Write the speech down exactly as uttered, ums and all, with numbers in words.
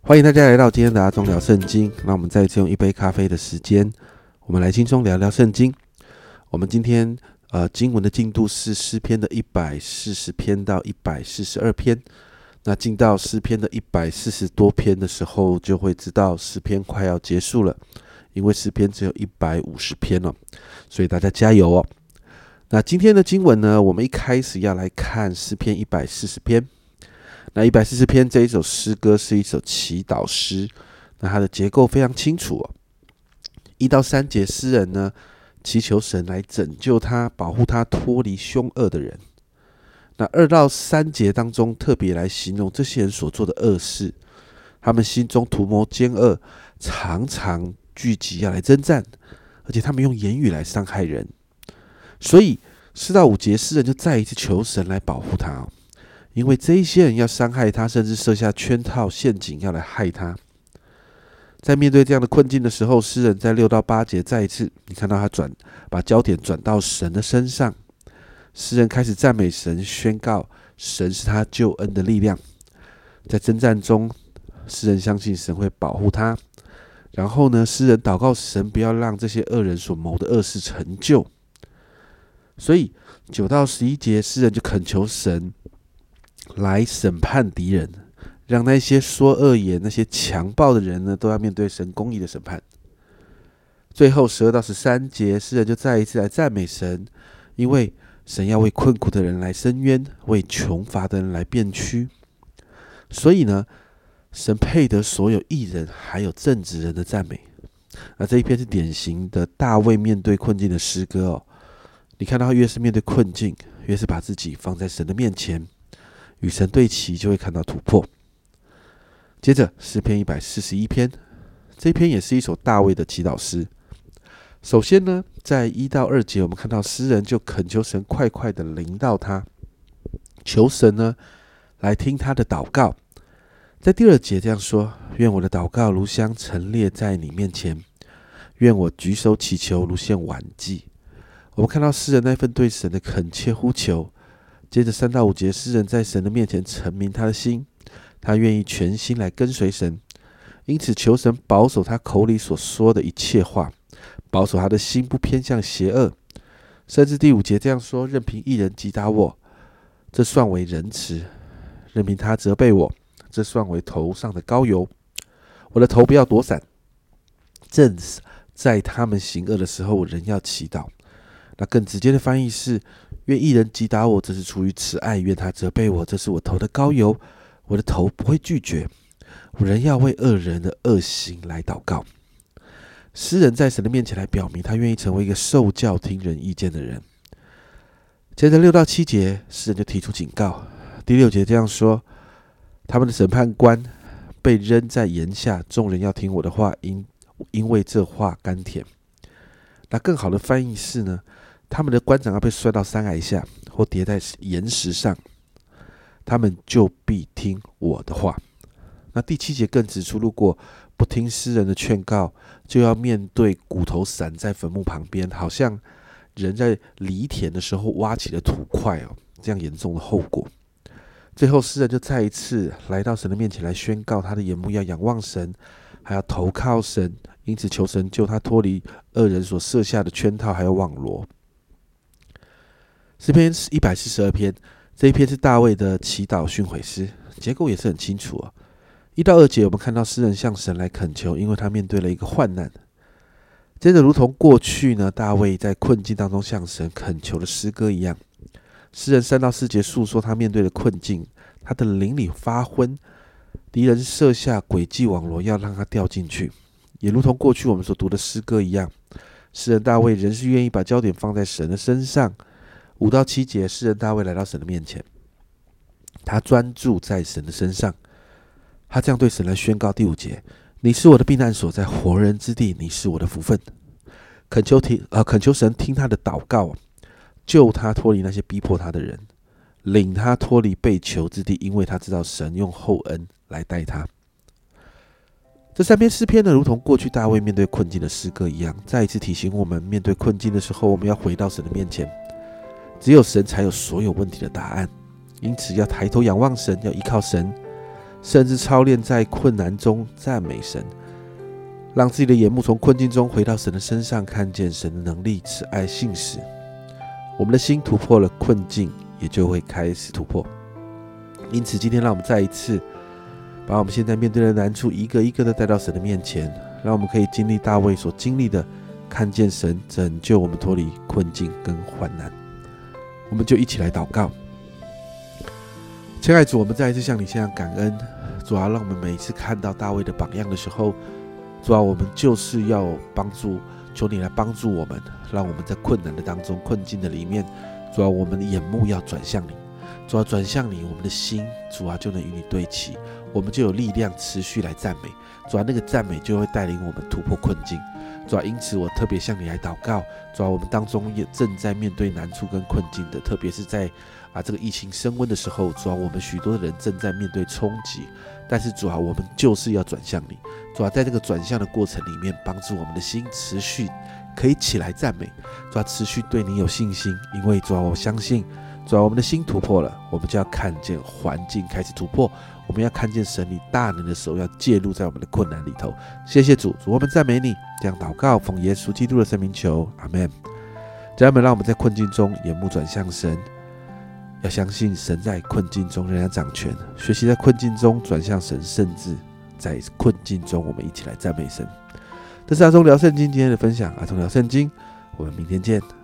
欢迎大家来到今天的阿忠聊圣经。那我们再次用一杯咖啡的时间，我们来轻松聊聊圣经。我们今天呃经文的进度是诗篇的一百四十篇到一百四十二篇。那进到诗篇的一百四十多篇的时候，就会知道诗篇快要结束了，因为诗篇只有一百五十篇了，所以大家加油哦。那今天的经文呢，我们一开始要来看诗篇一百四十篇。那一百四十篇这一首诗歌是一首祈祷诗，那它的结构非常清楚哦。一到三节，诗人呢祈求神来拯救他，保护他脱离凶恶的人。那二到三节当中，特别来形容这些人所做的恶事，他们心中图谋奸恶，常常聚集要来征战，而且他们用言语来伤害人。所以四到五节，诗人就再一次求神来保护他哦。因为这一些人要伤害他，甚至设下圈套陷阱要来害他。在面对这样的困境的时候，诗人在六到八节再一次，你看到他转把焦点转到神的身上。诗人开始赞美神，宣告神是他救恩的力量。在征战中，诗人相信神会保护他。然后呢，诗人祷告神不要让这些恶人所谋的恶事成就。所以九到十一节，诗人就恳求神来审判敌人，让那些说恶言、那些强暴的人呢，都要面对神公义的审判。最后十二到十三节，诗人就再一次来赞美神，因为神要为困苦的人来伸冤，为穷乏的人来辩屈。所以呢，神配得所有义人还有正直人的赞美。那这一篇是典型的大卫面对困境的诗歌哦。你看到他越是面对困境，越是把自己放在神的面前，与神对齐，就会看到突破。接着诗篇一百四十一篇，这一篇也是一首大卫的祈祷诗。首先呢，在一到二节，我们看到诗人就恳求神快快的临到他，求神呢来听他的祷告。在第二节这样说：愿我的祷告如香陈列在你面前，愿我举手祈求如献晚祭。我们看到诗人那份对神的恳切呼求。接着三到五节，诗人在神的面前陈明他的心，他愿意全心来跟随神，因此求神保守他口里所说的一切话，保守他的心不偏向邪恶。甚至第五节这样说：任凭义人击打我，这算为仁慈；任凭他责备我，这算为头上的膏油。我的头不要躲闪，正在他们行恶的时候，人要祈祷。那更直接的翻译是：愿义人击打我，这是出于慈爱；愿他责备我，这是我头的膏油。我的头不会拒绝，我仍要为恶人的恶行来祷告。诗人在神的面前来表明，他愿意成为一个受教听人意见的人。接着六到七节，诗人就提出警告。第六节这样说：他们的审判官被扔在岩下，众人要听我的话，因因为这话甘甜。那更好的翻译是呢，他们的官长要被摔到山崖下，或跌在岩石上，他们就必听我的话。那第七节更指出，如果不听诗人的劝告，就要面对骨头散在坟墓旁边，好像人在犁田的时候挖起了土块哦，这样严重的后果。最后诗人就再一次来到神的面前来宣告，他的眼目要仰望神，还要投靠神，因此求神救他脱离恶人所设下的圈套还有网罗。诗篇一百四十二篇，这一篇是大卫的祈祷训诲诗，结构也是很清楚哦。一到二节，我们看到诗人向神来恳求，因为他面对了一个患难。接着如同过去呢，大卫在困境当中向神恳求的诗歌一样，诗人三到四节诉说他面对的困境，他的灵里发昏，敌人设下诡计网罗要让他掉进去。也如同过去我们所读的诗歌一样，诗人大卫仍是愿意把焦点放在神的身上。五到七节，诗人大卫来到神的面前，他专注在神的身上，他这样对神来宣告。第五节：你是我的避难所，在活人之地，你是我的福分。恳求听，呃，恳求神听他的祷告，救他脱离那些逼迫他的人，领他脱离被囚之地，因为他知道神用厚恩来待他。这三篇诗篇呢，如同过去大卫面对困境的诗歌一样，再一次提醒我们，面对困境的时候，我们要回到神的面前，只有神才有所有问题的答案。因此要抬头仰望神，要依靠神。 甚至操练在困难中赞美神，让自己的眼目从困境中回到神的身上，看见神的能力、慈爱、信实。我们的心突破了困境，也就会开始突破。因此今天让我们再一次把我们现在面对的难处一个一个的带到神的面前，让我们可以经历大卫所经历的，看见神拯救我们脱离困境跟患难。我们就一起来祷告。亲爱的主，我们再一次向你献上感恩。主啊，让我们每一次看到大卫的榜样的时候，主啊，我们就是要帮助，求你来帮助我们，让我们在困难的当中、困境的里面，主啊，我们的眼目要转向你。主啊，转向你，我们的心，主啊，就能与你对齐，我们就有力量持续来赞美。主啊，那个赞美就会带领我们突破困境。主啊，因此我特别向你来祷告。主啊，我们当中也正在面对难处跟困境的，特别是在啊这个疫情升温的时候，主啊，我们许多的人正在面对冲击，但是主啊，我们就是要转向你。主啊，在这个转向的过程里面，帮助我们的心持续可以起来赞美。主啊，持续对你有信心，因为主啊，我相信，主啊，我们的心突破了，我们就要看见环境开始突破，我们要看见神你大能的手要介入在我们的困难里头。谢谢主，主我们赞美你，这样祷告，奉耶稣基督的圣名求，阿们。家人们，让我们在困境中眼目转向神，要相信神在困境中仍然掌权，学习在困境中转向神，甚至在困境中我们一起来赞美神。这是阿忠聊圣经今天的分享，阿忠聊圣经，我们明天见。